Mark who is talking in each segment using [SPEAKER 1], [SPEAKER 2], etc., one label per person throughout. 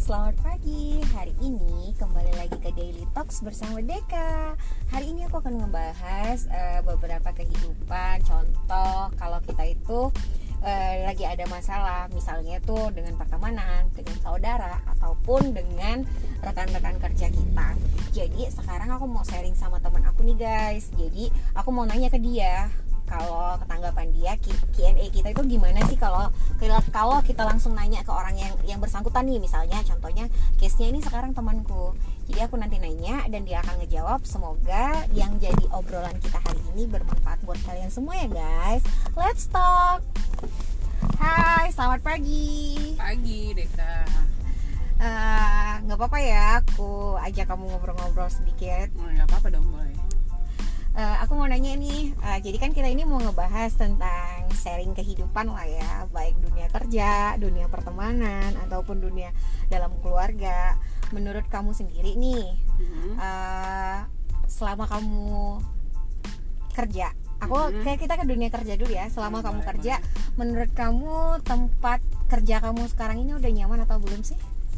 [SPEAKER 1] selamat pagi. Hari ini kembali lagi ke Daily Talks bersama Deka. Hari ini aku akan ngebahas beberapa kehidupan. Contoh kalau kita itu lagi ada masalah, misalnya tuh dengan pertemanan, dengan saudara, ataupun dengan rekan-rekan kerja kita. Jadi sekarang aku mau sharing sama teman aku nih guys. Jadi aku mau nanya ke dia, kalau ketanggapan dia Q&A kita itu gimana sih kalau kita langsung nanya ke orang yang bersangkutan nih. Misalnya contohnya case-nya ini sekarang temanku. Jadi aku nanti nanya dan dia akan ngejawab. Semoga yang jadi obrolan kita hari ini bermanfaat buat kalian semua ya guys. Let's talk. Hai, selamat pagi.
[SPEAKER 2] Pagi Deka.
[SPEAKER 1] Nggak apa-apa ya aku ajak kamu ngobrol-ngobrol sedikit.
[SPEAKER 2] Nggak apa-apa dong, boleh.
[SPEAKER 1] Aku mau nanya nih, jadi kan kita ini mau ngebahas tentang sharing kehidupan lah ya, baik dunia kerja, dunia pertemanan, ataupun dunia dalam keluarga. Menurut kamu sendiri nih, selama kamu kerja, kayak kita ke dunia kerja dulu ya. Selama kamu kerja, menurut kamu tempat kerja kamu sekarang ini udah nyaman atau belum sih?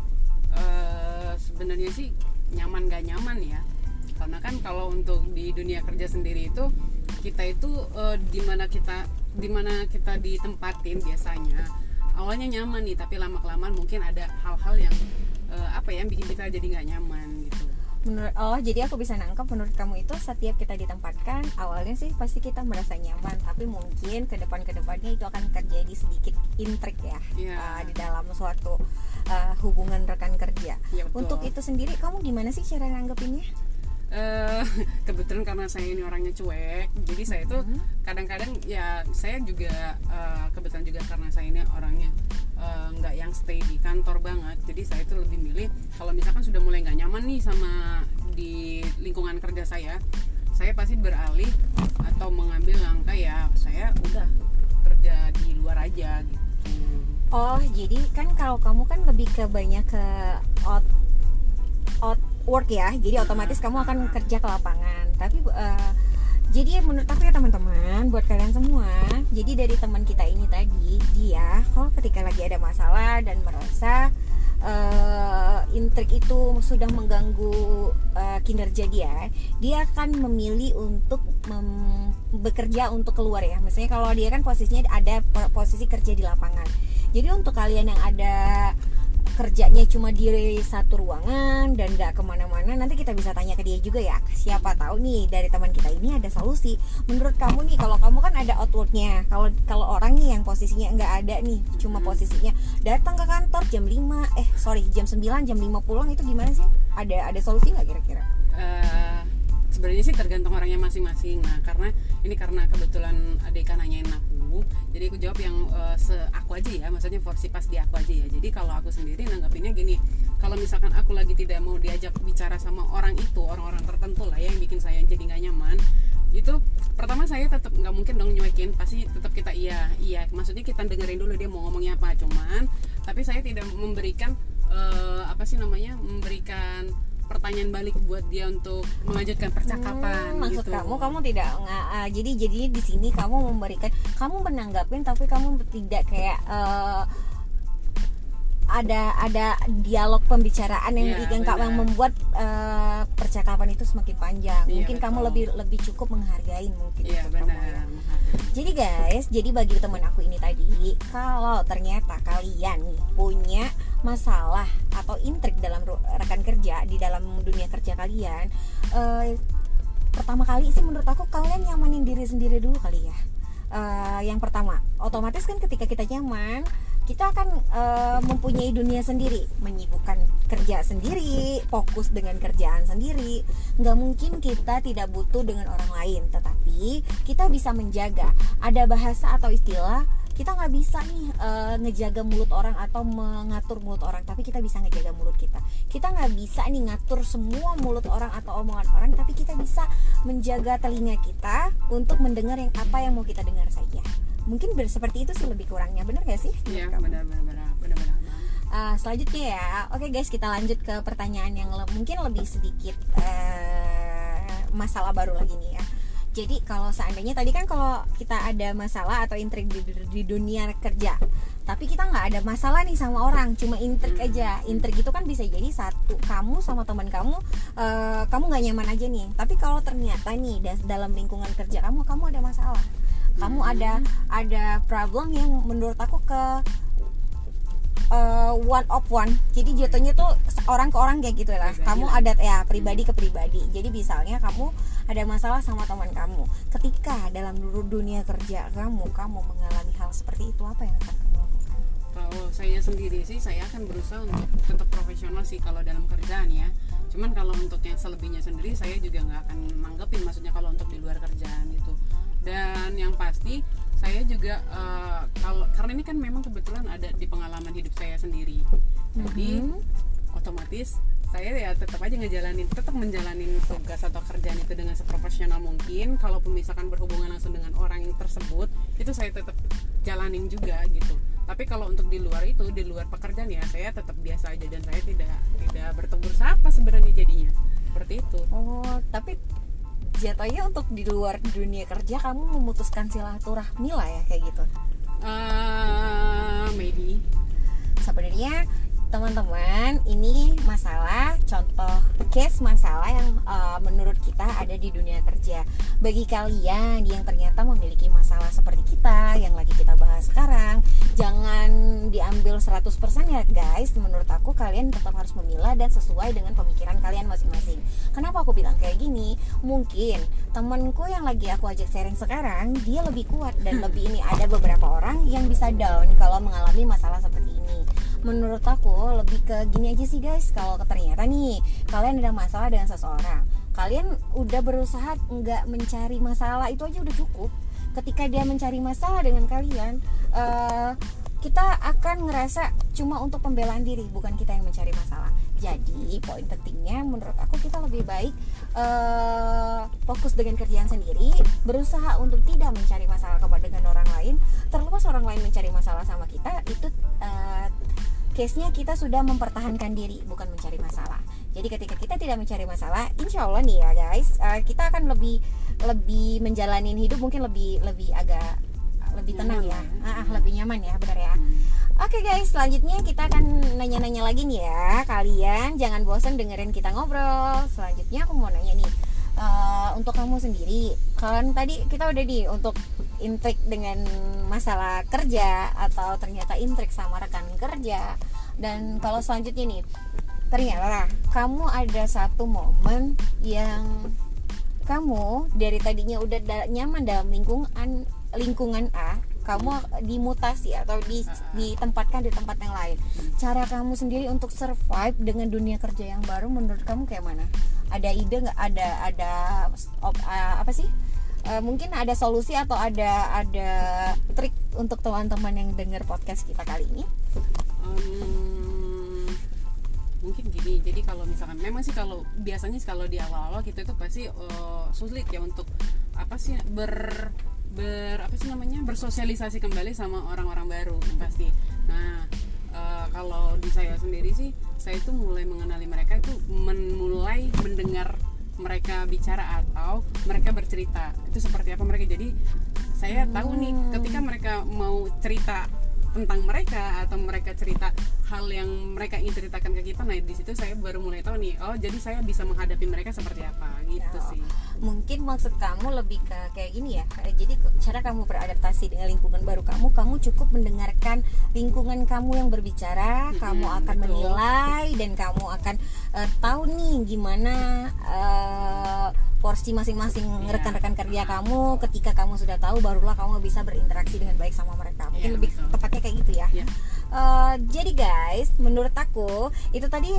[SPEAKER 2] Sebenarnya sih nyaman gak nyaman ya. Karena kan kalau untuk di dunia kerja sendiri itu kita itu di mana kita ditempatin biasanya awalnya nyaman nih, tapi lama-kelamaan mungkin ada hal-hal yang yang bikin kita jadi nggak nyaman gitu.
[SPEAKER 1] Jadi aku bisa nangkep menurut kamu itu setiap kita ditempatkan awalnya sih pasti kita merasa nyaman, tapi mungkin kedepannya itu akan terjadi sedikit intrik ya, di dalam suatu hubungan rekan kerja.
[SPEAKER 2] Ya,
[SPEAKER 1] untuk itu sendiri kamu gimana sih cara nanggepinnya?
[SPEAKER 2] Kebetulan karena saya ini orangnya cuek, jadi saya tuh kadang-kadang ya saya juga kebetulan juga karena saya ini orangnya nggak yang stay di kantor banget, jadi saya tuh lebih milih kalau misalkan sudah mulai nggak nyaman nih sama di lingkungan kerja saya pasti beralih atau mengambil langkah ya saya udah kerja di luar aja gitu.
[SPEAKER 1] Oh, jadi kan kalau kamu kan lebih ke banyak ke out work ya, jadi otomatis kamu akan kerja ke lapangan. Tapi jadi menurut aku ya teman-teman, buat kalian semua, jadi dari teman kita ini tadi, dia kalau ketika lagi ada masalah dan merasa intrik itu sudah mengganggu kinerja dia akan memilih untuk bekerja untuk keluar ya. Misalnya kalau dia kan posisinya ada posisi kerja di lapangan. Jadi untuk kalian yang ada kerjanya cuma di satu ruangan dan gak kemana-mana, nanti kita bisa tanya ke dia juga ya. Siapa tahu nih dari teman kita ini ada solusi. Menurut kamu nih, kalau kamu kan ada outwardnya, kalau orang nih yang posisinya nggak ada nih, cuma posisinya datang ke kantor jam 9 jam 5 pulang, itu gimana sih? Ada solusi nggak kira-kira?
[SPEAKER 2] Sebenarnya sih tergantung orangnya masing-masing. Nah, karena kebetulan Adeka nanyain aku, jadi aku jawab yang aku aja ya, maksudnya porsi pas di aku aja ya. Jadi kalau aku sendiri nanggapinnya gini, kalau misalkan aku lagi tidak mau diajak bicara sama orang itu, orang-orang tertentu lah yang bikin saya jadi nggak nyaman, itu pertama saya tetap nggak mungkin dong nyuekin, pasti tetap kita iya, maksudnya kita dengerin dulu dia mau ngomongnya apa, cuman tapi saya tidak memberikan memberikan pertanyaan balik buat dia untuk melanjutkan percakapan.
[SPEAKER 1] Maksud
[SPEAKER 2] gitu.
[SPEAKER 1] kamu tidak jadi di sini kamu menanggapin, tapi kamu tidak kayak ada dialog pembicaraan yang membuat percakapan itu semakin panjang. Mungkin kamu lebih cukup menghargai mungkin.
[SPEAKER 2] Iya, benar.
[SPEAKER 1] Jadi guys, bagi teman aku ini tadi, kalau ternyata kalian nih punya masalah atau intrik dalam rekan kerja di dalam dunia kerja kalian, pertama kali sih menurut aku kalian nyamanin diri sendiri dulu kali ya. Yang pertama, otomatis kan ketika kita nyaman, kita akan mempunyai dunia sendiri, menyibukkan kerja sendiri, fokus dengan kerjaan sendiri. Nggak mungkin kita tidak butuh dengan orang lain, tetapi kita bisa menjaga. Ada bahasa atau istilah, kita nggak bisa nih ngejaga mulut orang atau mengatur mulut orang, tapi kita bisa ngejaga mulut kita. Kita nggak bisa nih ngatur semua mulut orang atau omongan orang, tapi kita bisa menjaga telinga kita untuk mendengar apa yang mau kita dengar saja. Mungkin seperti itu sih lebih kurangnya, benar gak sih?
[SPEAKER 2] Iya, benar.
[SPEAKER 1] Selanjutnya ya, oke guys, kita lanjut ke pertanyaan yang mungkin lebih sedikit masalah baru lagi nih ya. Jadi kalau seandainya tadi kan kalau kita ada masalah atau intrik di dunia kerja, tapi kita nggak ada masalah nih sama orang, cuma intrik aja. Intrik itu kan bisa jadi satu, kamu sama teman kamu kamu nggak nyaman aja nih, tapi kalau ternyata nih dalam lingkungan kerja kamu ada masalah, kamu ada problem yang menurut aku ke one of one, jadi jatuhnya tuh orang ke orang kayak gitu lah. Kamu ada ya pribadi ke pribadi. Jadi misalnya kamu ada masalah sama teman kamu, ketika dalam dunia kerja kamu mengalami hal seperti itu, apa yang akan kamu lakukan?
[SPEAKER 2] Kalau saya sendiri sih, saya akan berusaha untuk tetap profesional sih kalau dalam kerjaan ya. Cuman kalau untuk yang selebihnya sendiri, saya juga nggak akan nanggepin, maksudnya kalau untuk di luar kerjaan itu. Dan yang pasti saya juga karena ini kan memang kebetulan ada di pengalaman hidup saya sendiri, jadi otomatis saya ya tetap aja tetap menjalanin tugas atau kerjaan itu dengan seprofesional mungkin. Kalaupun misalkan berhubungan langsung dengan orang yang tersebut, itu saya tetap jalanin juga gitu. Tapi kalau untuk di luar pekerjaan ya saya tetap biasa aja, dan saya tidak bertegur sapa sebenarnya jadinya seperti itu.
[SPEAKER 1] Oh, tapi jatuhnya untuk di luar dunia kerja kamu memutuskan silaturahmi lah ya kayak gitu.
[SPEAKER 2] Maybe.
[SPEAKER 1] Sebenarnya teman-teman, ini masalah contoh case masalah yang menurut kita ada di dunia kerja. Bagi kalian yang ternyata memiliki masalah seperti kita yang lagi kita bahas sekarang, jangan diambil 100% ya guys. Menurut aku kalian tetap harus memilah dan sesuai dengan pemikiran kalian masing-masing. Kenapa aku bilang kayak gini? Mungkin temanku yang lagi aku ajak sharing sekarang, dia lebih kuat dan lebih ini. Ada beberapa orang yang bisa down kalau mengalami masalah seperti ini. Menurut aku lebih ke gini aja sih guys, kalau ternyata nih kalian ada masalah dengan seseorang, kalian udah berusaha nggak mencari masalah, itu aja udah cukup. Ketika dia mencari masalah dengan kalian, kita akan ngerasa cuma untuk pembelaan diri, bukan kita yang mencari masalah. Jadi poin pentingnya menurut aku, kita lebih baik fokus dengan kerjaan sendiri, berusaha untuk tidak mencari masalah kepada dengan orang lain. Terlepas orang lain mencari masalah sama kita, itu case-nya kita sudah mempertahankan diri, bukan mencari masalah. Jadi ketika kita tidak mencari masalah, insya Allah nih ya guys, kita akan lebih menjalani hidup mungkin lebih agak lebih tenang ya, lebih nyaman ya, benar ya. Oke guys, selanjutnya kita akan nanya-nanya lagi nih ya. Kalian jangan bosan dengerin kita ngobrol. Selanjutnya aku mau nanya nih, untuk kamu sendiri, kalian tadi kita udah untuk intrik dengan masalah kerja atau ternyata intrik sama rekan kerja. Dan kalau selanjutnya nih, ternyata kamu ada satu momen yang kamu dari tadinya udah nyaman dalam lingkungan A, kamu dimutasi atau ditempatkan di tempat yang lain. Cara kamu sendiri untuk survive dengan dunia kerja yang baru menurut kamu kayak mana? Ada ide nggak? Ada apa sih? Mungkin ada solusi atau ada trik untuk teman-teman yang dengar podcast kita kali ini?
[SPEAKER 2] Mungkin gini, jadi kalau misalkan memang sih kalau biasanya kalau di awal-awal kita itu pasti sulit ya untuk bersosialisasi kembali sama orang-orang baru pasti. Nah, kalau di saya sendiri sih, saya itu mulai mengenali mereka itu mulai mendengar mereka bicara atau mereka bercerita itu seperti apa mereka. Jadi saya tahu nih ketika mereka mau cerita tentang mereka atau mereka cerita hal yang mereka ingin ceritakan ke kita, nah di situ saya baru mulai tahu nih, oh jadi saya bisa menghadapi mereka seperti apa gitu sih.
[SPEAKER 1] Mungkin maksud kamu lebih ke kayak gini ya, jadi cara kamu beradaptasi dengan lingkungan baru kamu cukup mendengarkan lingkungan kamu yang berbicara, kamu akan menilai dan kamu akan tahu nih gimana porsi masing-masing rekan-rekan kerja kamu. Ketika kamu sudah tahu, barulah kamu bisa berinteraksi dengan baik sama mereka. Mungkin lebih tepatnya kayak gitu ya. Jadi guys, menurut aku itu tadi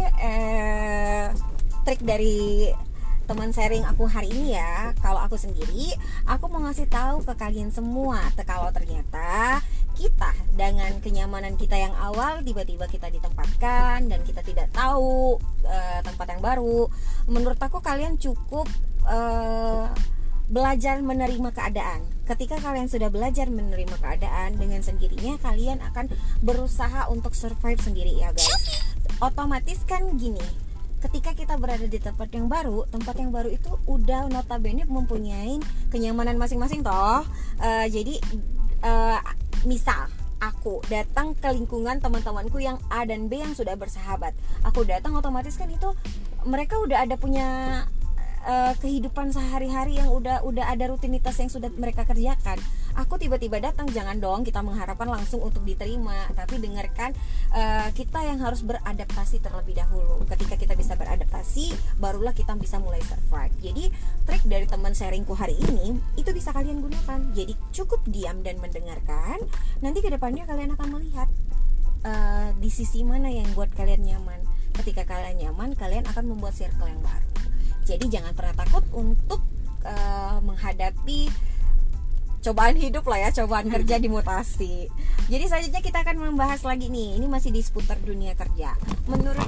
[SPEAKER 1] trik dari teman sharing aku hari ini ya. Kalau aku sendiri, aku mau ngasih tahu ke kalian semua, kalau ternyata kita dengan kenyamanan kita yang awal tiba-tiba kita ditempatkan dan kita tidak tahu tempat yang baru. Menurut aku kalian cukup belajar menerima keadaan. Ketika kalian sudah belajar menerima keadaan, dengan sendirinya kalian akan berusaha untuk survive sendiri ya guys. Otomatis kan gini, ketika kita berada di tempat yang baru itu udah notabene mempunyai kenyamanan masing-masing toh. Jadi misal aku datang ke lingkungan teman-temanku yang A dan B yang sudah bersahabat. Aku datang otomatis kan itu mereka udah ada punya kehidupan sehari-hari yang udah ada rutinitas yang sudah mereka kerjakan. Aku tiba-tiba datang, jangan dong kita mengharapkan langsung untuk diterima, tapi dengarkan kita yang harus beradaptasi terlebih dahulu. Ketika kita bisa beradaptasi, barulah kita bisa mulai survive. Jadi trik dari teman sharingku hari ini itu bisa kalian gunakan. Jadi cukup diam dan mendengarkan. Nanti kedepannya kalian akan melihat di sisi mana yang buat kalian nyaman. Ketika kalian nyaman, kalian akan membuat circle yang baru. Jadi jangan pernah takut untuk menghadapi cobaan hidup lah ya, cobaan kerja di mutasi. Jadi selanjutnya kita akan membahas lagi nih, ini masih di seputar dunia kerja. Menurut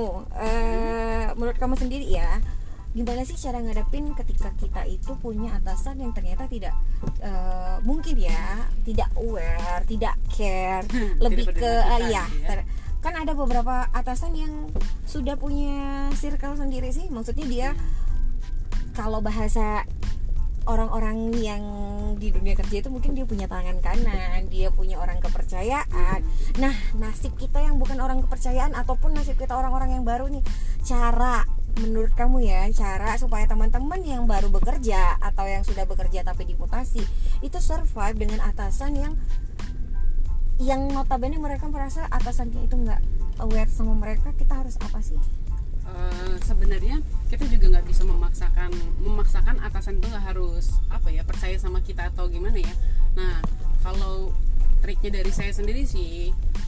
[SPEAKER 1] kamu sendiri ya, gimana sih cara ngadepin ketika kita itu punya atasan yang ternyata tidak mungkin ya, tidak aware, tidak care, lebih ke kan ada beberapa atasan yang sudah punya circle sendiri sih. Maksudnya dia kalau bahasa orang-orang yang di dunia kerja itu mungkin dia punya tangan kanan, dia punya orang kepercayaan. Nah, nasib kita yang bukan orang kepercayaan ataupun nasib kita orang-orang yang baru nih, cara menurut kamu ya, cara supaya teman-teman yang baru bekerja atau yang sudah bekerja tapi dimutasi itu survive dengan atasan yang notabene mereka merasa atasannya itu nggak aware sama mereka, kita harus apa sih?
[SPEAKER 2] Sebenarnya kita juga nggak bisa memaksakan atasan itu nggak harus percaya sama kita atau gimana ya. Nah, kalau triknya dari saya sendiri sih,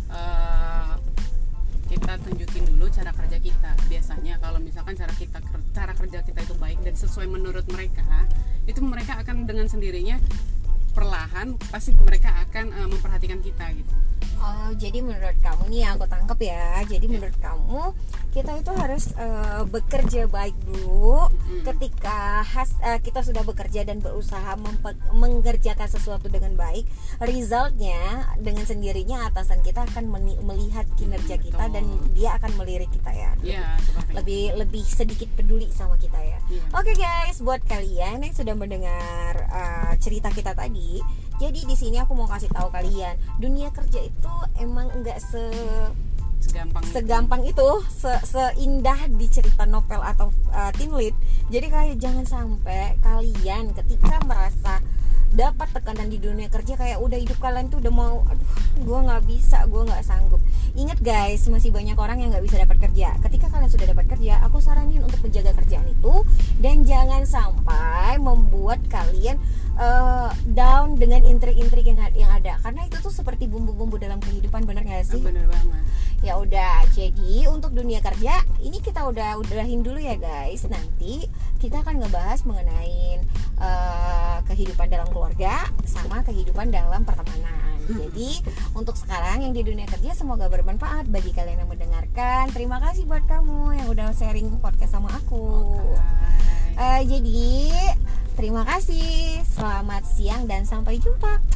[SPEAKER 2] kita tunjukin dulu cara kerja kita. Biasanya kalau misalkan cara kerja kita itu baik dan sesuai menurut mereka, itu mereka akan dengan sendirinya perlahan pasti mereka akan memperhatikan kita gitu.
[SPEAKER 1] Oh, jadi menurut kamu nih, aku tangkap ya. Jadi menurut kamu kita itu harus bekerja baik dulu. Ketika kita sudah bekerja dan berusaha mengerjakan sesuatu dengan baik, resultnya dengan sendirinya atasan kita akan melihat kinerja kita dan dia akan melirik kita ya. Lebih sedikit peduli sama kita ya. Oke guys, buat kalian yang sudah mendengar cerita kita tadi, jadi di sini aku mau kasih tahu kalian, dunia kerja itu emang enggak segampang itu, seindah di cerita novel atau teen lead. Jadi kayak jangan sampai kalian ketika merasa dapat tekanan di dunia kerja kayak udah hidup kalian tuh udah mau, gue nggak bisa, gue nggak sanggup. Ingat guys, masih banyak orang yang nggak bisa dapat kerja. Ketika kalian sudah dapat kerja, aku saranin untuk menjaga kerjaan itu dan jangan sampai membuat kalian down dengan intrik-intrik yang ada, karena itu tuh seperti bumbu-bumbu dalam kehidupan, bener nggak sih?
[SPEAKER 2] Bener banget.
[SPEAKER 1] Ya udah, jadi untuk dunia kerja ini kita udahin dulu ya guys. Nanti kita akan ngebahas mengenai kehidupan dalam keluarga sama kehidupan dalam pertemanan. Jadi untuk sekarang yang di dunia kerja semoga bermanfaat bagi kalian yang mendengarkan. Terima kasih buat kamu yang udah sharing podcast sama aku. Jadi terima kasih, selamat siang dan sampai jumpa.